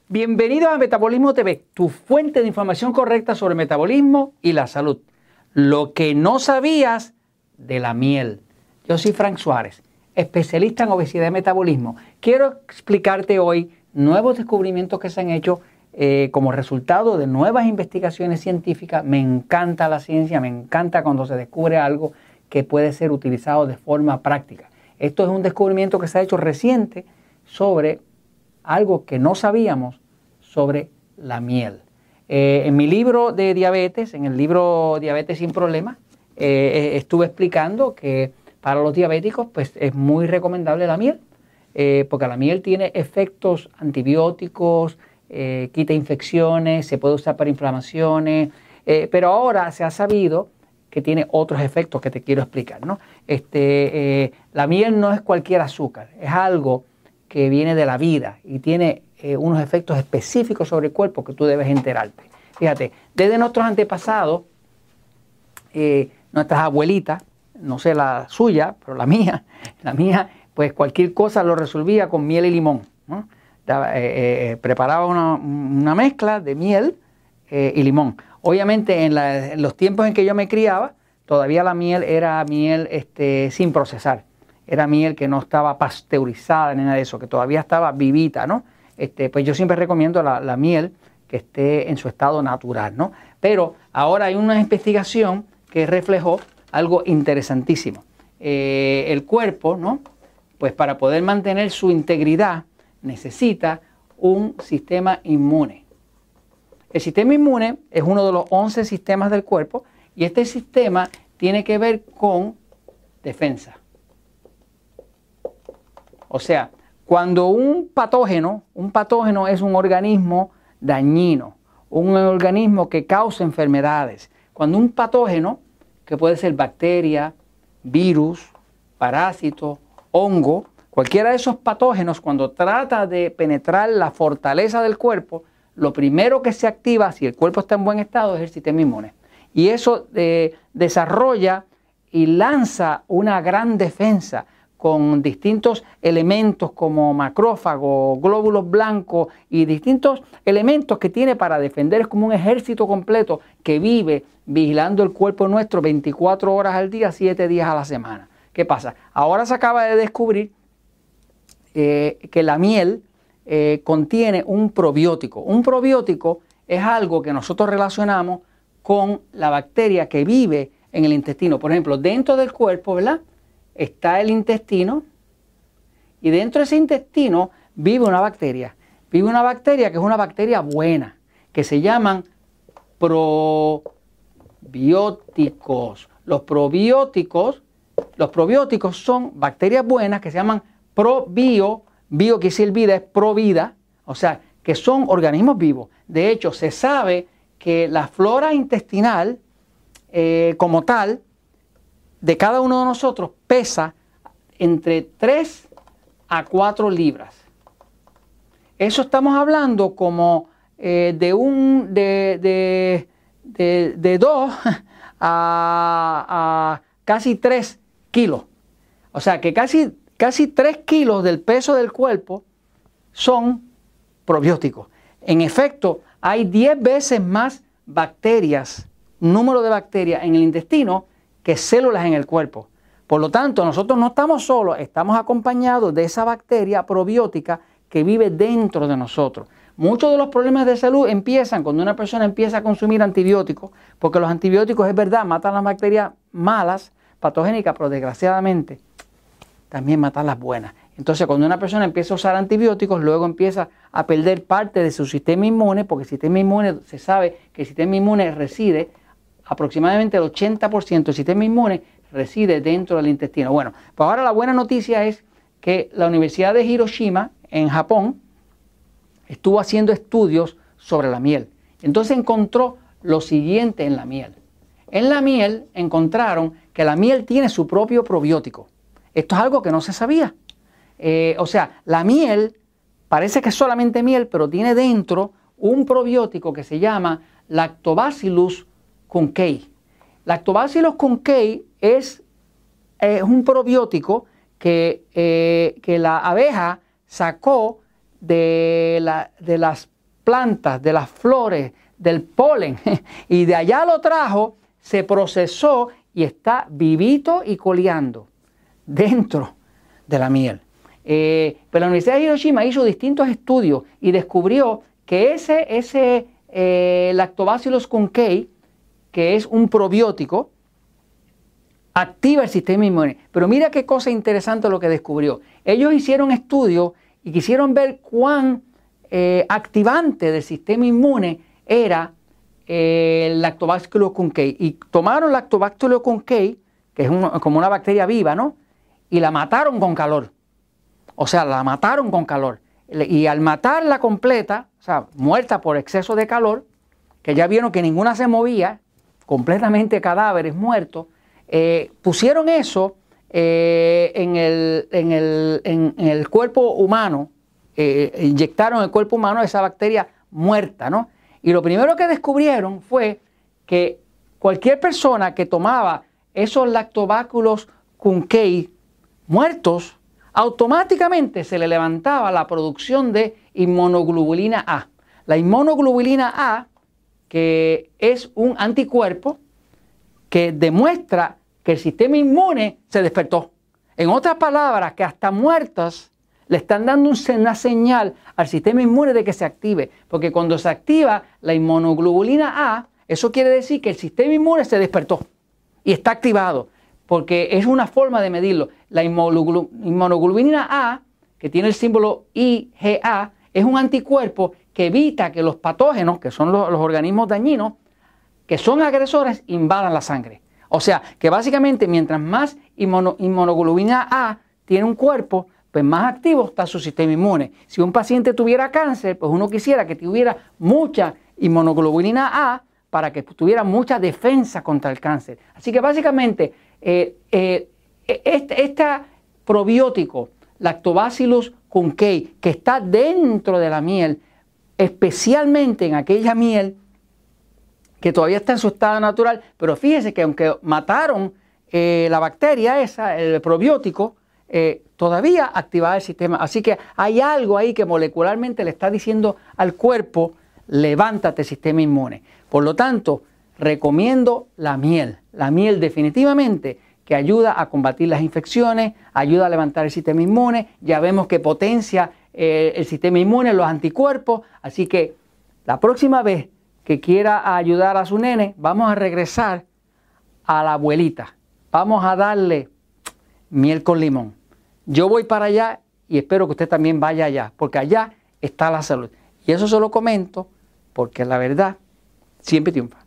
Bienvenidos a Metabolismo TV, tu fuente de información correcta sobre el metabolismo y la salud. Lo que no sabías de la miel. Yo soy Frank Suárez, especialista en obesidad y metabolismo. Quiero explicarte hoy nuevos descubrimientos que se han hecho como resultado de nuevas investigaciones científicas. Me encanta la ciencia, me encanta cuando se descubre algo que puede ser utilizado de forma práctica. Esto es un descubrimiento que se ha hecho reciente sobre algo que no sabíamos sobre la miel. En mi libro de diabetes, en el libro Diabetes sin Problemas, estuve explicando que para los diabéticos pues, es muy recomendable la miel, porque la miel tiene efectos antibióticos, quita infecciones, se puede usar para inflamaciones, pero ahora se ha sabido que tiene otros efectos que te quiero explicar, ¿no? La miel no es cualquier azúcar, es algo que viene de la vida y tiene unos efectos específicos sobre el cuerpo que tú debes enterarte. Fíjate, desde nuestros antepasados, nuestras abuelitas, no sé la suya, pero la mía, pues cualquier cosa lo resolvía con miel y limón, ¿no? Preparaba una mezcla de miel y limón. Obviamente en los tiempos en que yo me criaba, todavía la miel era miel sin procesar. Era miel que no estaba pasteurizada ni nada de eso, que todavía estaba vivita, ¿no? Pues yo siempre recomiendo la miel que esté en su estado natural, ¿no? Pero ahora hay una investigación que reflejó algo interesantísimo. El cuerpo, ¿no? Pues para poder mantener su integridad necesita un sistema inmune. El sistema inmune es uno de los 11 sistemas del cuerpo y este sistema tiene que ver con defensa. O sea, cuando un patógeno es un organismo dañino, un organismo que causa enfermedades. Cuando un patógeno, que puede ser bacteria, virus, parásito, hongo, cualquiera de esos patógenos, cuando trata de penetrar la fortaleza del cuerpo, lo primero que se activa, si el cuerpo está en buen estado, es el sistema inmune. Y eso desarrolla y lanza una gran defensa con distintos elementos como macrófagos, glóbulos blancos y distintos elementos que tiene para defender. Es como un ejército completo que vive vigilando el cuerpo nuestro 24 horas al día, 7 días a la semana. ¿Qué pasa? Ahora se acaba de descubrir que la miel contiene un probiótico. Un probiótico es algo que nosotros relacionamos con la bacteria que vive en el intestino. Por ejemplo, dentro del cuerpo, ¿verdad?, está el intestino y dentro de ese intestino vive una bacteria. Vive una bacteria que es una bacteria buena, que se llaman probióticos. Los probióticos son bacterias buenas que se llaman probio. Bio quiere decir vida, es provida, o sea, que son organismos vivos. De hecho, se sabe que la flora intestinal como tal de cada uno de nosotros pesa entre 3 a 4 libras. Eso estamos hablando como de 2 a casi 3 kilos. O sea que casi 3 kilos del peso del cuerpo son probióticos. En efecto, hay 10 veces más bacterias, número de bacterias en el intestino que células en el cuerpo. Por lo tanto, nosotros no estamos solos, estamos acompañados de esa bacteria probiótica que vive dentro de nosotros. Muchos de los problemas de salud empiezan cuando una persona empieza a consumir antibióticos, porque los antibióticos, es verdad, matan las bacterias malas, patogénicas, pero desgraciadamente también matan las buenas. Entonces, cuando una persona empieza a usar antibióticos, luego empieza a perder parte de su sistema inmune, porque el sistema inmune, se sabe que el sistema inmune reside aproximadamente el 80% del sistema inmune reside dentro del intestino. Bueno, pues ahora la buena noticia es que la Universidad de Hiroshima, en Japón, estuvo haciendo estudios sobre la miel. Entonces encontró lo siguiente en la miel. En la miel encontraron que la miel tiene su propio probiótico. Esto es algo que no se sabía. O sea, la miel parece que es solamente miel, pero tiene dentro un probiótico que se llama Lactobacillus cuncei. Lactobacillus cuncei es un probiótico que la abeja sacó de las plantas, de las flores, del polen, y de allá lo trajo, se procesó y está vivito y coleando dentro de la miel. Pero la Universidad de Hiroshima hizo distintos estudios y descubrió que ese Lactobacillus cuncei, que es un probiótico, activa el sistema inmune. Pero mira qué cosa interesante lo que descubrió. Ellos hicieron estudios y quisieron ver cuán activante del sistema inmune era el Lactobacillus cuncei. Y tomaron Lactobacillus cuncei, que es como una bacteria viva, ¿no? Y la mataron con calor. O sea, la mataron con calor. Y al matarla completa, o sea, muerta por exceso de calor, que ya vieron que ninguna se movía, completamente cadáveres muertos, pusieron eso en el cuerpo humano, inyectaron en el cuerpo humano esa bacteria muerta, ¿no? Y lo primero que descubrieron fue que cualquier persona que tomaba esos Lactobacillus cuncei muertos, automáticamente se le levantaba la producción de inmunoglobulina A. La inmunoglobulina A, que es un anticuerpo que demuestra que el sistema inmune se despertó. En otras palabras, que hasta muertas le están dando una señal al sistema inmune de que se active. Porque cuando se activa la inmunoglobulina A, eso quiere decir que el sistema inmune se despertó y está activado. Porque es una forma de medirlo. La inmunoglobulina A, que tiene el símbolo IgA, es un anticuerpo que evita que los patógenos, que son los organismos dañinos, que son agresores, invadan la sangre. O sea, que básicamente mientras más inmunoglobulina A tiene un cuerpo, pues más activo está su sistema inmune. Si un paciente tuviera cáncer, pues uno quisiera que tuviera mucha inmunoglobulina A para que tuviera mucha defensa contra el cáncer. Así que básicamente este probiótico Lactobacillus cuncei, que está dentro de la miel, especialmente en aquella miel que todavía está en su estado natural, pero fíjese que aunque mataron la bacteria esa, el probiótico, todavía activaba el sistema. Así que hay algo ahí que molecularmente le está diciendo al cuerpo, levántate sistema inmune. Por lo tanto, recomiendo la miel. La miel definitivamente que ayuda a combatir las infecciones, ayuda a levantar el sistema inmune. Ya vemos que potencia el sistema inmune, los anticuerpos. Así que la próxima vez que quiera ayudar a su nene, vamos a regresar a la abuelita. Vamos a darle miel con limón. Yo voy para allá y espero que usted también vaya allá, porque allá está la salud. Y eso se lo comento porque la verdad siempre triunfa.